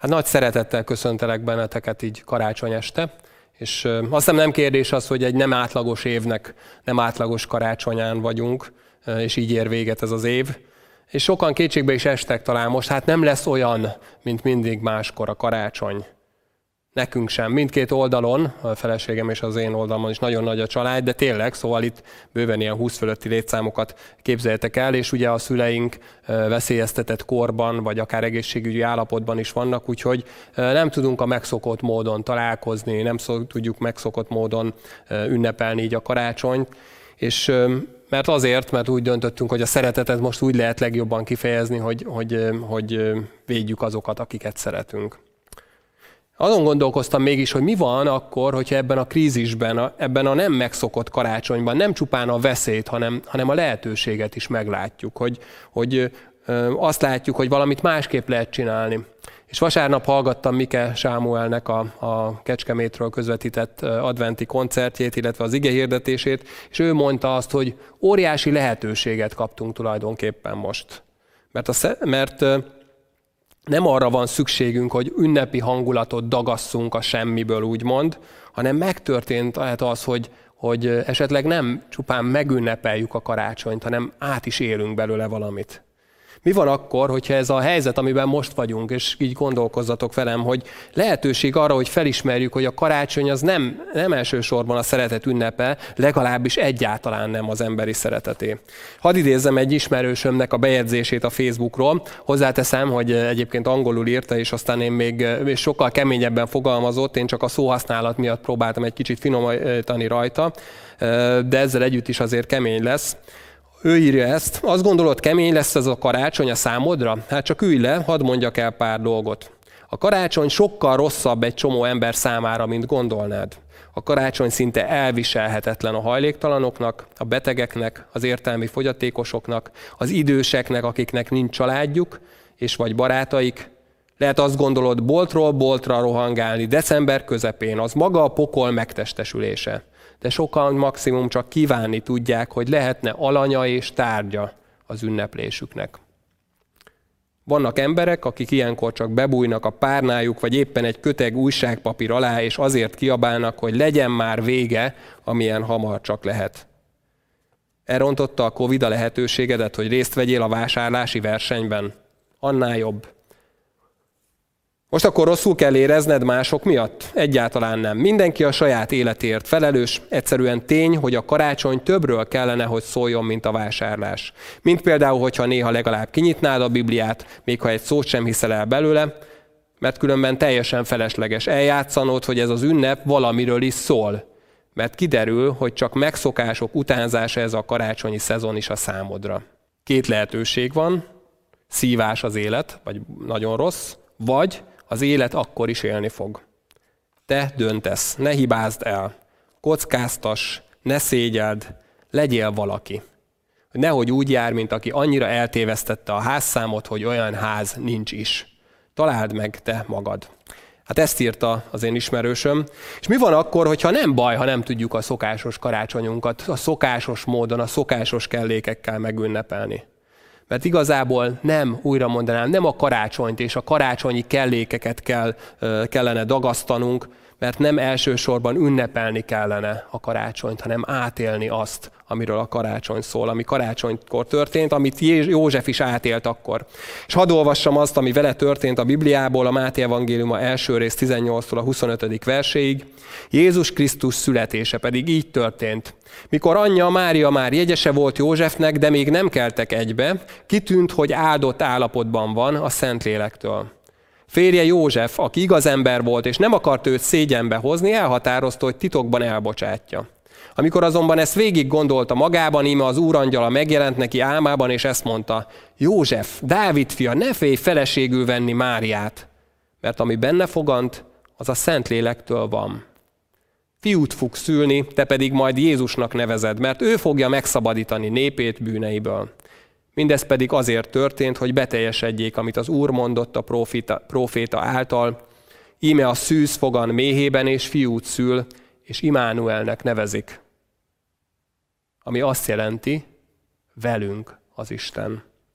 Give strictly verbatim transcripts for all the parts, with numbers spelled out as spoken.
Hát nagy szeretettel köszöntelek benneteket így karácsony este, és azt hiszem nem kérdés az, hogy egy nem átlagos évnek, nem átlagos karácsonyán vagyunk, és így ér véget ez az év. És sokan kétségbe is estek talán most, hát nem lesz olyan, mint mindig máskor a karácsony. Nekünk sem. Mindkét oldalon, a feleségem és az én oldalamon is nagyon nagy a család, de tényleg, szóval itt bőven ilyen húsz fölötti létszámokat képzeljetek el, és ugye a szüleink veszélyeztetett korban, vagy akár egészségügyi állapotban is vannak, úgyhogy nem tudunk a megszokott módon találkozni, nem tudjuk megszokott módon ünnepelni így a karácsonyt, és mert azért, mert úgy döntöttünk, hogy a szeretetet most úgy lehet legjobban kifejezni, hogy, hogy, hogy védjük azokat, akiket szeretünk. Azon gondolkoztam mégis, hogy mi van akkor, hogyha ebben a krízisben, ebben a nem megszokott karácsonyban nem csupán a veszélyt, hanem, hanem a lehetőséget is meglátjuk, hogy, hogy azt látjuk, hogy valamit másképp lehet csinálni. És vasárnap hallgattam Mike Sámuelnek a, a Kecskemétről közvetített adventi koncertjét, illetve az ige hirdetését, és ő mondta azt, hogy óriási lehetőséget kaptunk tulajdonképpen most. Mert, a, mert nem arra van szükségünk, hogy ünnepi hangulatot dagasszunk a semmiből, úgymond, hanem megtörtént lehet az, hogy, hogy esetleg nem csupán megünnepeljük a karácsonyt, hanem át is élünk belőle valamit. Mi van akkor, hogyha ez a helyzet, amiben most vagyunk, és így gondolkozzatok velem, hogy lehetőség arra, hogy felismerjük, hogy a karácsony az nem, nem elsősorban a szeretet ünnepe, legalábbis egyáltalán nem az emberi szereteté. Hadd idézzem egy ismerősömnek a bejegyzését a Facebookról. Hozzáteszem, hogy egyébként angolul írta, és aztán én még sokkal keményebben fogalmazott, én csak a szóhasználat miatt próbáltam egy kicsit finomítani rajta, de ezzel együtt is azért kemény lesz. Ő írja ezt, azt gondolod, kemény lesz ez a karácsony a számodra? Hát csak ülj le, hadd mondjak el pár dolgot. A karácsony sokkal rosszabb egy csomó ember számára, mint gondolnád. A karácsony szinte elviselhetetlen a hajléktalanoknak, a betegeknek, az értelmi fogyatékosoknak, az időseknek, akiknek nincs családjuk, és vagy barátaik. Lehet azt gondolod, boltról boltra rohangálni december közepén, az maga a pokol megtestesülése. De sokan maximum csak kívánni tudják, hogy lehetne alanya és tárgya az ünneplésüknek. Vannak emberek, akik ilyenkor csak bebújnak a párnájuk, vagy éppen egy köteg újságpapír alá, és azért kiabálnak, hogy legyen már vége, amilyen hamar csak lehet. Elrontotta a Covid a lehetőségedet, hogy részt vegyél a vásárlási versenyben? Annál jobb. Most akkor rosszul kell érezned mások miatt? Egyáltalán nem. Mindenki a saját életéért felelős, egyszerűen tény, hogy a karácsony többről kellene, hogy szóljon, mint a vásárlás. Mint például, hogyha néha legalább kinyitnád a Bibliát, még ha egy szót sem hiszel el belőle, mert különben teljesen felesleges eljátszanod, hogy ez az ünnep valamiről is szól. Mert kiderül, hogy csak megszokások utánzása ez a karácsonyi szezon is a számodra. Két lehetőség van, szívás az élet, vagy nagyon rossz, vagy az élet akkor is élni fog. Te döntesz, ne hibázd el, kockáztass, ne szégyeld, legyél valaki. Nehogy úgy jár, mint aki annyira eltévesztette a házszámot, hogy olyan ház nincs is. Találd meg te magad. Hát ezt írta az én ismerősöm. És mi van akkor, hogyha nem baj, ha nem tudjuk a szokásos karácsonyunkat, a szokásos módon, a szokásos kellékekkel megünnepelni? Mert igazából nem, újra mondanám, nem a karácsonyt és a karácsonyi kellékeket kell, kellene dagasztanunk, mert nem elsősorban ünnepelni kellene a karácsonyt, hanem átélni azt, amiről a karácsony szól, ami karácsonykor történt, amit József is átélt akkor. És hadd olvassam azt, ami vele történt a Bibliából, a Máté evangéliuma első rész tizennyolctól a huszonötödik verséig. Jézus Krisztus születése pedig így történt. Mikor anyja Mária már jegyese volt Józsefnek, de még nem keltek egybe, kitűnt, hogy áldott állapotban van a Szentlélektől. Férje József, aki igaz ember volt, és nem akart őt szégyenbe hozni, elhatározta, hogy titokban elbocsátja. Amikor azonban ezt végig gondolta magában, íme az úrangyala megjelent neki álmában, és ezt mondta: József, Dávid fia, ne félj feleségül venni Máriát, mert ami benne fogant, az a Szentlélektől van. Fiút fog szülni, te pedig majd Jézusnak nevezed, mert ő fogja megszabadítani népét bűneiből. Mindez pedig azért történt, hogy beteljesedjék, amit az Úr mondott a próféta, próféta által. Íme a szűz fogan méhében és fiút szül, és Imánuelnek nevezik. Ami azt jelenti, velünk az Isten.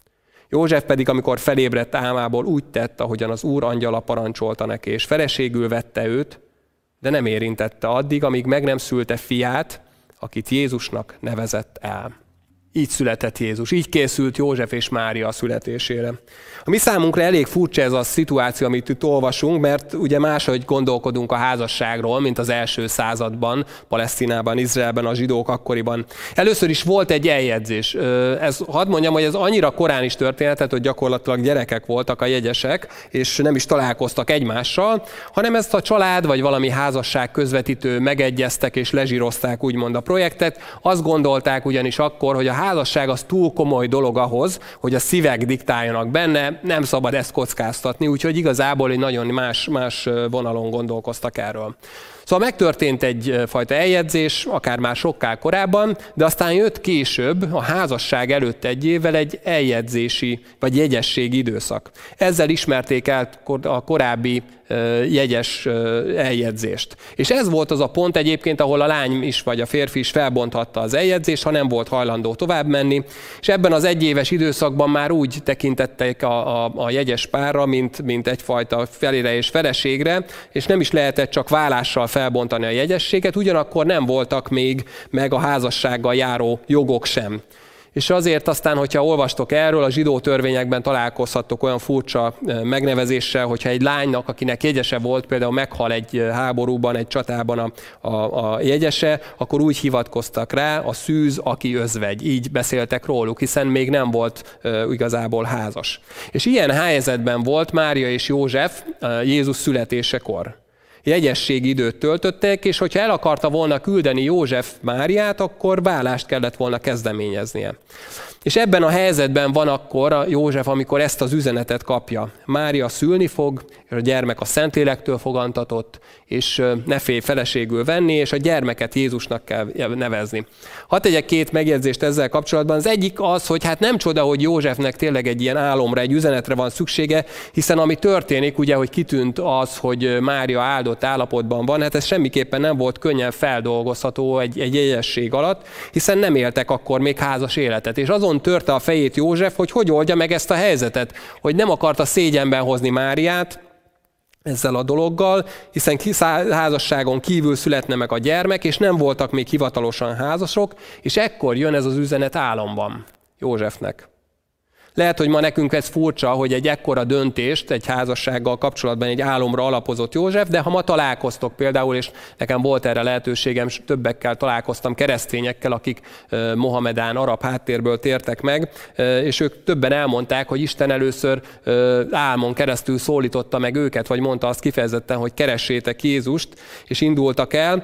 József pedig, amikor felébredt álmából, úgy tett, ahogyan az Úr angyala parancsolta neki, és feleségül vette őt, de nem érintette addig, amíg meg nem szülte fiát, akit Jézusnak nevezett el. Így született Jézus, így készült József és Mária a születésére. A mi számunkra elég furcsa ez a szituáció, amit itt olvasunk, mert ugye máshogy gondolkodunk a házasságról, mint az első században, Palesztinában, Izraelben, a zsidók akkoriban. Először is volt egy eljegyzés. Ez, hadd mondjam, hogy ez annyira korán is történetet, hogy gyakorlatilag gyerekek voltak a jegyesek, és nem is találkoztak egymással, hanem ezt a család vagy valami házasság közvetítő megegyeztek és lezsírozták úgymond a projektet. Azt gondolták ugyanis akkor, hogy a házasság az túl komoly dolog ahhoz, hogy a szívek diktáljanak benne, nem szabad ezt kockáztatni, úgyhogy igazából egy nagyon más, más vonalon gondolkoztak erről. Szóval megtörtént egyfajta eljegyzés, akár már sokkal korábban, de aztán jött később, a házasság előtt egy évvel egy eljegyzési vagy jegyességi időszak. Ezzel ismerték el a korábbi jegyes eljegyzést. És ez volt az a pont egyébként, ahol a lány is vagy a férfi is felbonthatta az eljegyzést, ha nem volt hajlandó tovább menni. És ebben az egyéves időszakban már úgy tekintettek a, a, a jegyes párra, mint, mint egyfajta felére és feleségre, és nem is lehetett csak vállással felbontani a jegyességet, ugyanakkor nem voltak még meg a házassággal járó jogok sem. És azért aztán, hogyha olvastok erről, a zsidó törvényekben találkozhattok olyan furcsa megnevezéssel, hogyha egy lánynak, akinek jegyese volt, például meghal egy háborúban, egy csatában a, a, a jegyese, akkor úgy hivatkoztak rá, a szűz, aki özvegy. Így beszéltek róluk, hiszen még nem volt uh, igazából házas. És ilyen helyzetben volt Mária és József uh, Jézus születésekor. Jegyességi időt töltöttek, és hogyha el akarta volna küldeni József Máriát, akkor vállást kellett volna kezdeményeznie. És ebben a helyzetben van akkor a József, amikor ezt az üzenetet kapja. Mária szülni fog, és a gyermek a Szentlélektől fogantatott, és ne félj feleségül venni, és a gyermeket Jézusnak kell nevezni. Hadd tegyek két megjegyzést ezzel kapcsolatban. Az egyik az, hogy hát nem csoda, hogy Józsefnek tényleg egy ilyen álomra, egy üzenetre van szüksége, hiszen ami történik, ugye, hogy kitűnt az, hogy Mária áldott állapotban van, hát ez semmiképpen nem volt könnyen feldolgozható egy, egy jegyesség alatt, hiszen nem éltek akkor még házas életet. És azon törte a fejét József, hogy hogy oldja meg ezt a helyzetet, hogy nem akarta szégyenben hozni Máriát ezzel a dologgal, hiszen házasságon kívül születne meg a gyermek, és nem voltak még hivatalosan házasok, és ekkor jön ez az üzenet álomban Józsefnek. Lehet, hogy ma nekünk ez furcsa, hogy egy ekkora döntést egy házassággal kapcsolatban egy álomra alapozott József, de ha ma találkoztok például, és nekem volt erre lehetőségem, többekkel találkoztam, keresztényekkel, akik mohamedán, arab háttérből tértek meg, és ők többen elmondták, hogy Isten először álmon keresztül szólította meg őket, vagy mondta azt kifejezetten, hogy keressétek Jézust, és indultak el.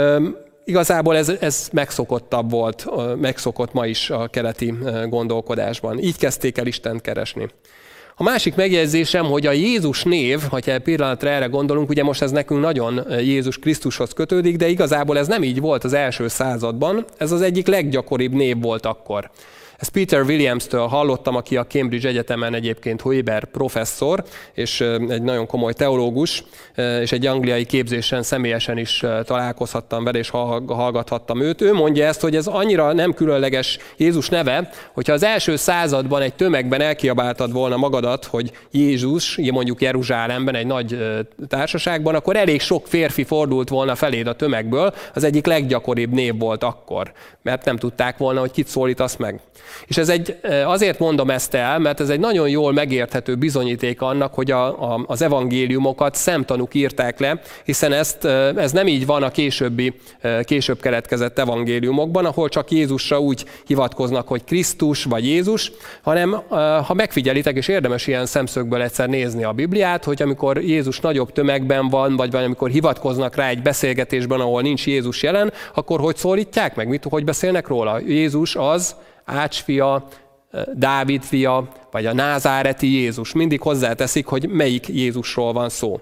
Igazából ez, ez megszokottabb volt, megszokott ma is a keleti gondolkodásban. Így kezdték el Istent keresni. A másik megjegyzésem, hogy a Jézus név, ha egy pillanatra erre gondolunk, ugye most ez nekünk nagyon Jézus Krisztushoz kötődik, de igazából ez nem így volt az első században, ez az egyik leggyakoribb név volt akkor. Ezt Peter Williams-től hallottam, aki a Cambridge Egyetemen egyébként Huber professzor, és egy nagyon komoly teológus, és egy angliai képzésen személyesen is találkozhattam vele, és hallgathattam őt. Ő mondja ezt, hogy ez annyira nem különleges Jézus neve, hogyha az első században egy tömegben elkiabáltad volna magadat, hogy Jézus, mondjuk Jeruzsálemben, egy nagy társaságban, akkor elég sok férfi fordult volna feléd a tömegből, az egyik leggyakoribb név volt akkor, mert nem tudták volna, hogy kit szólítasz meg. És ez egy, azért mondom ezt el, mert ez egy nagyon jól megérthető bizonyíték annak, hogy a, a, az evangéliumokat szemtanúk írták le, hiszen ezt, ez nem így van a későbbi, később keletkezett evangéliumokban, ahol csak Jézusra úgy hivatkoznak, hogy Krisztus vagy Jézus, hanem ha megfigyelitek, és érdemes ilyen szemszögből egyszer nézni a Bibliát, hogy amikor Jézus nagyobb tömegben van, vagy amikor hivatkoznak rá egy beszélgetésben, ahol nincs Jézus jelen, akkor hogy szólítják meg? Mit, hogy beszélnek róla? Jézus az Ács fia, Dávid fia, vagy a názáreti Jézus. Mindig hozzáteszik, hogy melyik Jézusról van szó.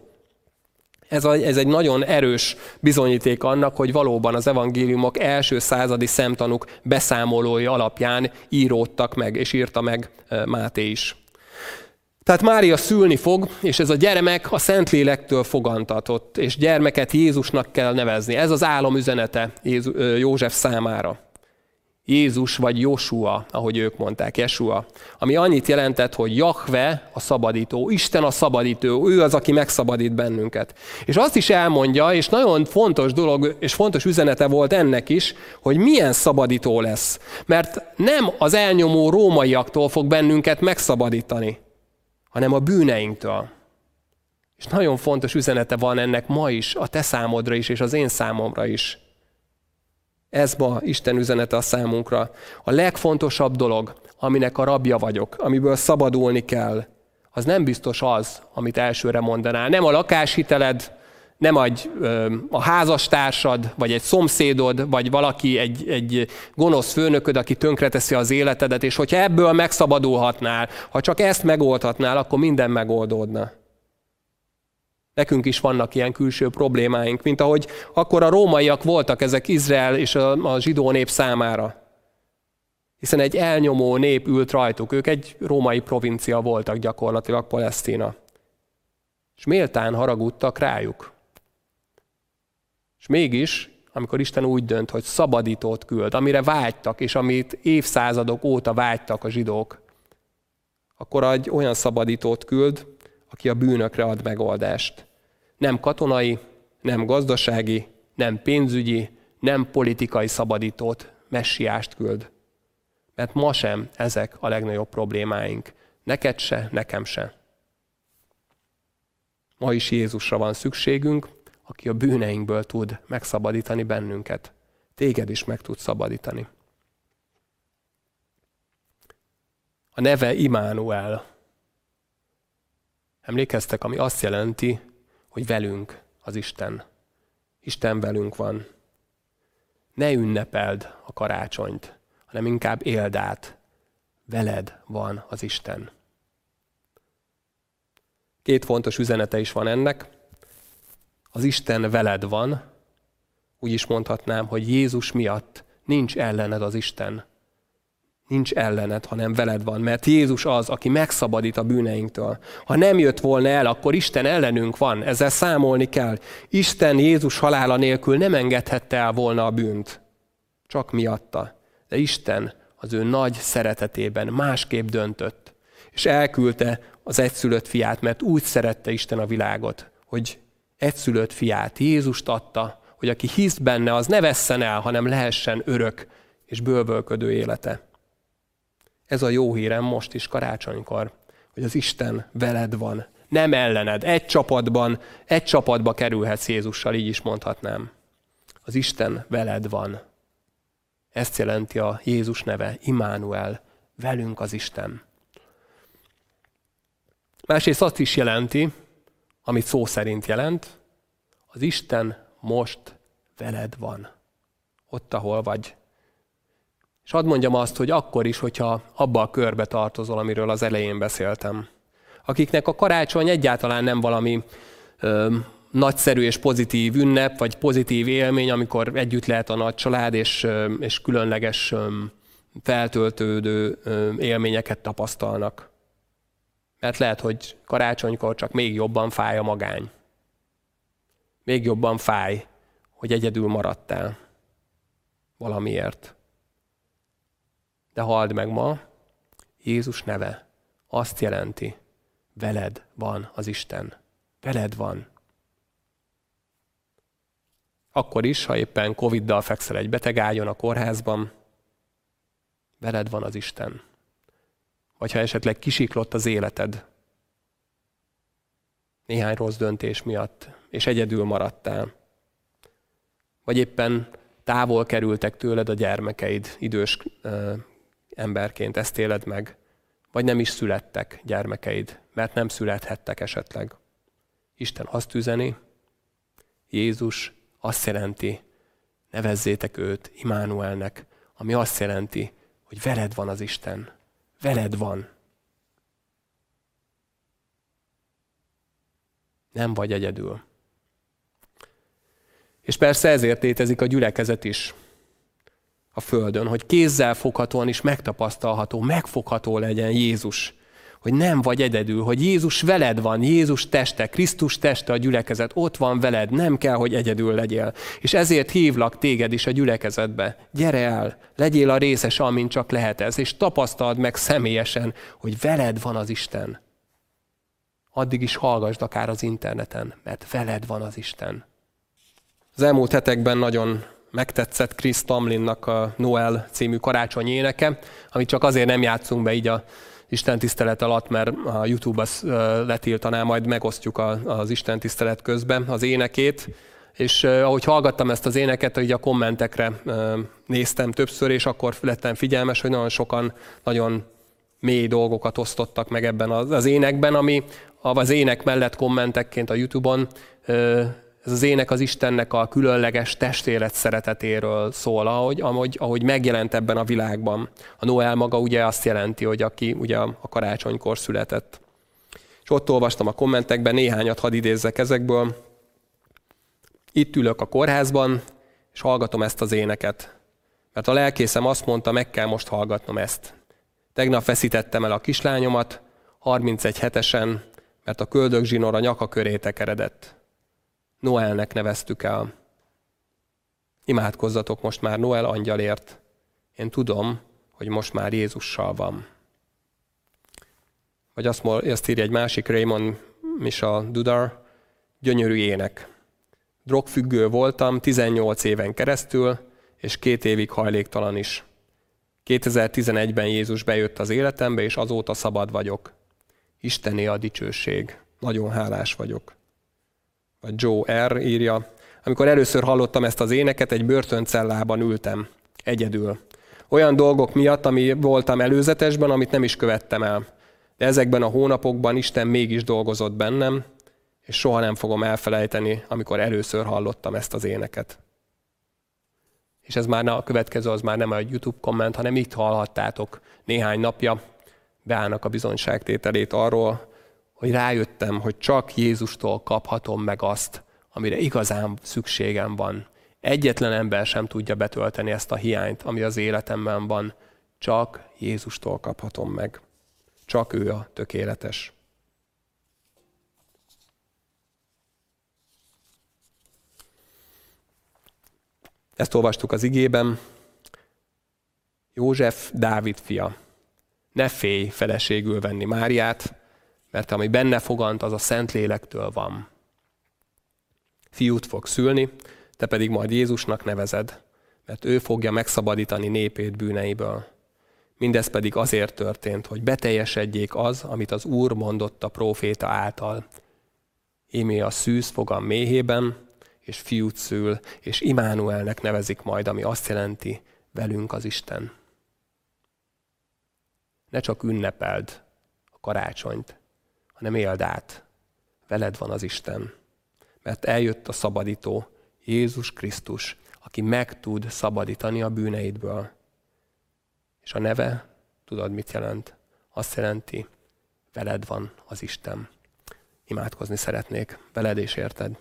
Ez, a, ez egy nagyon erős bizonyíték annak, hogy valóban az evangéliumok első századi szemtanúk beszámolói alapján íródtak meg, és írta meg Máté is. Tehát Mária szülni fog, és ez a gyermek a Szentlélektől fogantatott, és gyermeket Jézusnak kell nevezni. Ez az álom üzenete József számára. Jézus vagy Josua, ahogy ők mondták, Jesua, ami annyit jelentett, hogy Jahve a szabadító, Isten a szabadító, ő az, aki megszabadít bennünket. És azt is elmondja, és nagyon fontos dolog, és fontos üzenete volt ennek is, hogy milyen szabadító lesz. Mert nem az elnyomó rómaiaktól fog bennünket megszabadítani, hanem a bűneinktől. És nagyon fontos üzenete van ennek ma is, a te számodra is, és az én számomra is. Ez ma Isten üzenete a számunkra. A legfontosabb dolog, aminek a rabja vagyok, amiből szabadulni kell, az nem biztos az, amit elsőre mondanál. Nem a lakáshiteled, nem egy, a házastársad, vagy egy szomszédod, vagy valaki, egy, egy gonosz főnököd, aki tönkreteszi az életedet, és hogyha ebből megszabadulhatnál, ha csak ezt megoldhatnál, akkor minden megoldódna. Nekünk is vannak ilyen külső problémáink, mint ahogy akkor a rómaiak voltak ezek Izrael és a, a zsidó nép számára. Hiszen egy elnyomó nép ült rajtuk, ők egy római provincia voltak gyakorlatilag, Palesztina. És méltán haragudtak rájuk. És mégis, amikor Isten úgy dönt, hogy szabadítót küld, amire vágytak, és amit évszázadok óta vágytak a zsidók, akkor egy olyan szabadítót küld, aki a bűnökre ad megoldást. Nem katonai, nem gazdasági, nem pénzügyi, nem politikai szabadítót, messiást küld. Mert ma sem ezek a legnagyobb problémáink. Neked se, nekem se. Ma is Jézusra van szükségünk, aki a bűneinkből tud megszabadítani bennünket. Téged is meg tud szabadítani. A neve Immanuel. Emlékeztek, ami azt jelenti, hogy velünk az Isten. Isten velünk van. Ne ünnepeld a karácsonyt, hanem inkább éld át. Veled van az Isten. Két fontos üzenete is van ennek. Az Isten veled van. Úgy is mondhatnám, hogy Jézus miatt nincs ellened az Isten. Nincs ellened, hanem veled van, mert Jézus az, aki megszabadít a bűneinktől. Ha nem jött volna el, akkor Isten ellenünk van, ezzel számolni kell. Isten Jézus halála nélkül nem engedhette el volna a bűnt, csak miatta. De Isten az ő nagy szeretetében másképp döntött, és elküldte az egyszülött fiát, mert úgy szerette Isten a világot, hogy egyszülött fiát, Jézust adta, hogy aki hisz benne, az ne vesszen el, hanem lehessen örök és bővölködő élete. Ez a jó hírem most is karácsonykor, hogy az Isten veled van, nem ellened. Egy csapatban, egy csapatba kerülhetsz Jézussal, így is mondhatnám. Az Isten veled van. Ezt jelenti a Jézus neve, Immanuel, velünk az Isten. Másrészt azt is jelenti, amit szó szerint jelent, az Isten most veled van. Ott, ahol vagy. És hadd mondjam azt, hogy akkor is, hogyha abba a körbe tartozol, amiről az elején beszéltem. Akiknek a karácsony egyáltalán nem valami ö, nagyszerű és pozitív ünnep, vagy pozitív élmény, amikor együtt lehet a nagy család, és, ö, és különleges, ö, feltöltődő ö, élményeket tapasztalnak. Mert lehet, hogy karácsonykor csak még jobban fáj a magány. Még jobban fáj, hogy egyedül maradtál valamiért. De halld meg ma, Jézus neve azt jelenti, veled van az Isten. Veled van. Akkor is, ha éppen Coviddal fekszel egy betegágyon a kórházban, veled van az Isten. Vagy ha esetleg kisiklott az életed, néhány rossz döntés miatt, és egyedül maradtál. Vagy éppen távol kerültek tőled a gyermekeid idős ö, emberként, ezt éled meg. Vagy nem is születtek gyermekeid, mert nem születhettek esetleg. Isten azt üzeni, Jézus azt jelenti, nevezzétek őt Immanuelnek, ami azt jelenti, hogy veled van az Isten. Veled van. Nem vagy egyedül. És persze ezért létezik a gyülekezet is a földön, hogy kézzel foghatóan is megtapasztalható, megfogható legyen Jézus. hogy nem vagy egyedül, hogy Jézus veled van, Jézus teste, Krisztus teste a gyülekezet, ott van veled, nem kell, hogy egyedül legyél. És ezért hívlak téged is a gyülekezetbe. Gyere el, legyél a részes, amint csak lehet ez, és tapasztald meg személyesen, hogy veled van az Isten. Addig is hallgassd akár az interneten, mert veled van az Isten. Az elmúlt hetekben nagyon megtetszett Chris Tomlinnak a Noel című karácsonyi éneke, amit csak azért nem játszunk be így a Isten tisztelet alatt, mert a YouTube azt letiltaná, majd megosztjuk az Isten tisztelet közben az énekét. És ahogy hallgattam ezt az éneket, így a kommentekre néztem többször, és akkor lettem figyelmes, hogy nagyon sokan nagyon mély dolgokat osztottak meg ebben az énekben, ami az ének mellett kommentekként a YouTube-on, ez az ének az Istennek a különleges testélet szeretetéről szól, ahogy, ahogy, ahogy megjelent ebben a világban. A Noel maga ugye azt jelenti, hogy aki ugye a karácsonykor született. És ott olvastam a kommentekben, néhányat hadd idézzek ezekből. Itt ülök a kórházban, és hallgatom ezt az éneket. Mert a lelkészem azt mondta, meg kell most hallgatnom ezt. Tegnap veszítettem el a kislányomat, harmincegy hetesen, mert a köldögzsinór a nyaka köré tekeredett. Noelnek neveztük el. Imádkozzatok most már Noel angyalért. Én tudom, hogy most már Jézussal van. Vagy azt, azt írja egy másik Raymond Michel Dudar, gyönyörű ének. Drogfüggő voltam tizennyolc éven keresztül, és két évig hajléktalan is. kétezer-tizenegyben Jézus bejött az életembe, és azóta szabad vagyok. Istené a dicsőség. Nagyon hálás vagyok. Vagy Joe R. írja, amikor először hallottam ezt az éneket, egy börtöncellában ültem, egyedül. Olyan dolgok miatt, ami voltam előzetesben, amit nem is követtem el. De ezekben a hónapokban Isten mégis dolgozott bennem, és soha nem fogom elfelejteni, amikor először hallottam ezt az éneket. És ez már a következő, az már nem a YouTube komment, hanem itt hallhattátok néhány napja, beállnak a bizonyságtételét arról, hogy rájöttem, hogy csak Jézustól kaphatom meg azt, amire igazán szükségem van. Egyetlen ember sem tudja betölteni ezt a hiányt, ami az életemben van. Csak Jézustól kaphatom meg. Csak ő a tökéletes. Ezt olvastuk az igében. József Dávid fia. Ne félj feleségül venni Máriát, mert ami benne fogant, az a Szentlélektől van. Fiút fog szülni, te pedig majd Jézusnak nevezed, mert ő fogja megszabadítani népét bűneiből. Mindez pedig azért történt, hogy beteljesedjék az, amit az Úr mondott a próféta által. Ímé a szűz fog a méhében, és fiút szül, és Imánuelnek nevezik majd, ami azt jelenti, velünk az Isten. Ne csak ünnepeld a karácsonyt, hanem éld át. Veled van az Isten. Mert eljött a szabadító, Jézus Krisztus, aki meg tud szabadítani a bűneidből. És a neve, tudod mit jelent? Azt jelenti, veled van az Isten. Imádkozni szeretnék, veled és érted.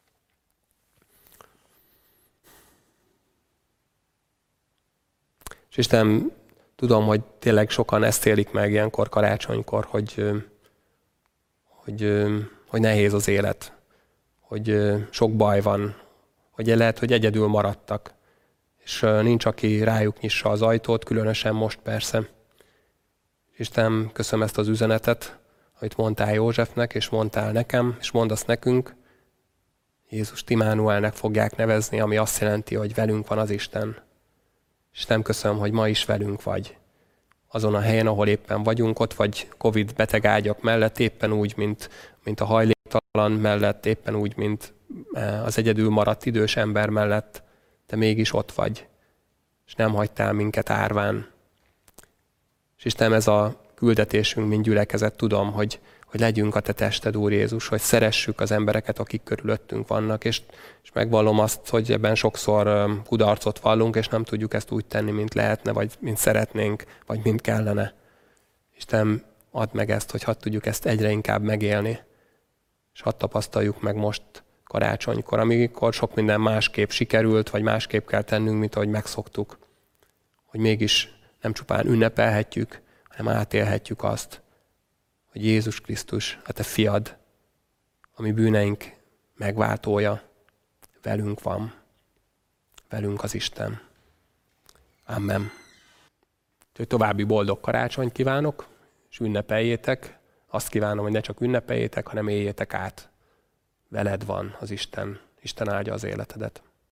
És Isten, tudom, hogy tényleg sokan ezt élik meg ilyenkor karácsonykor, hogy, hogy, hogy nehéz az élet, hogy sok baj van, hogy lehet, hogy egyedül maradtak, és nincs, aki rájuk nyissa az ajtót, különösen most persze. Isten, köszönöm ezt az üzenetet, amit mondtál Józsefnek, és mondtál nekem, és mondasz nekünk. Jézust Imánuelnek fogják nevezni, ami azt jelenti, hogy velünk van az Isten. És nem köszönöm, hogy ma is velünk vagy. Azon a helyen, ahol éppen vagyunk, ott vagy Covid betegágyak mellett, éppen úgy, mint, mint a hajléktalan mellett, éppen úgy, mint az egyedül maradt idős ember mellett. Te mégis ott vagy, és nem hagytál minket árván. És Istenem, ez a küldetésünk, mint gyülekezet, tudom, hogy, hogy legyünk a te tested, Úr Jézus, hogy szeressük az embereket, akik körülöttünk vannak, és, és megvallom azt, hogy ebben sokszor kudarcot vallunk, és nem tudjuk ezt úgy tenni, mint lehetne, vagy mint szeretnénk, vagy mint kellene. Istenem, add meg ezt, hogy hadd tudjuk ezt egyre inkább megélni, és hadd tapasztaljuk meg most karácsonykor, amikor sok minden másképp sikerült, vagy másképp kell tennünk, mint ahogy megszoktuk, hogy mégis nem csupán ünnepelhetjük, hanem átélhetjük azt, hogy Jézus Krisztus, a te fiad, a mi bűneink megváltója, velünk van. Velünk az Isten. Amen. Úgyhogy további boldog karácsonyt kívánok, és ünnepeljétek. Azt kívánom, hogy ne csak ünnepeljétek, hanem éljétek át. Veled van az Isten. Isten áldja az életedet.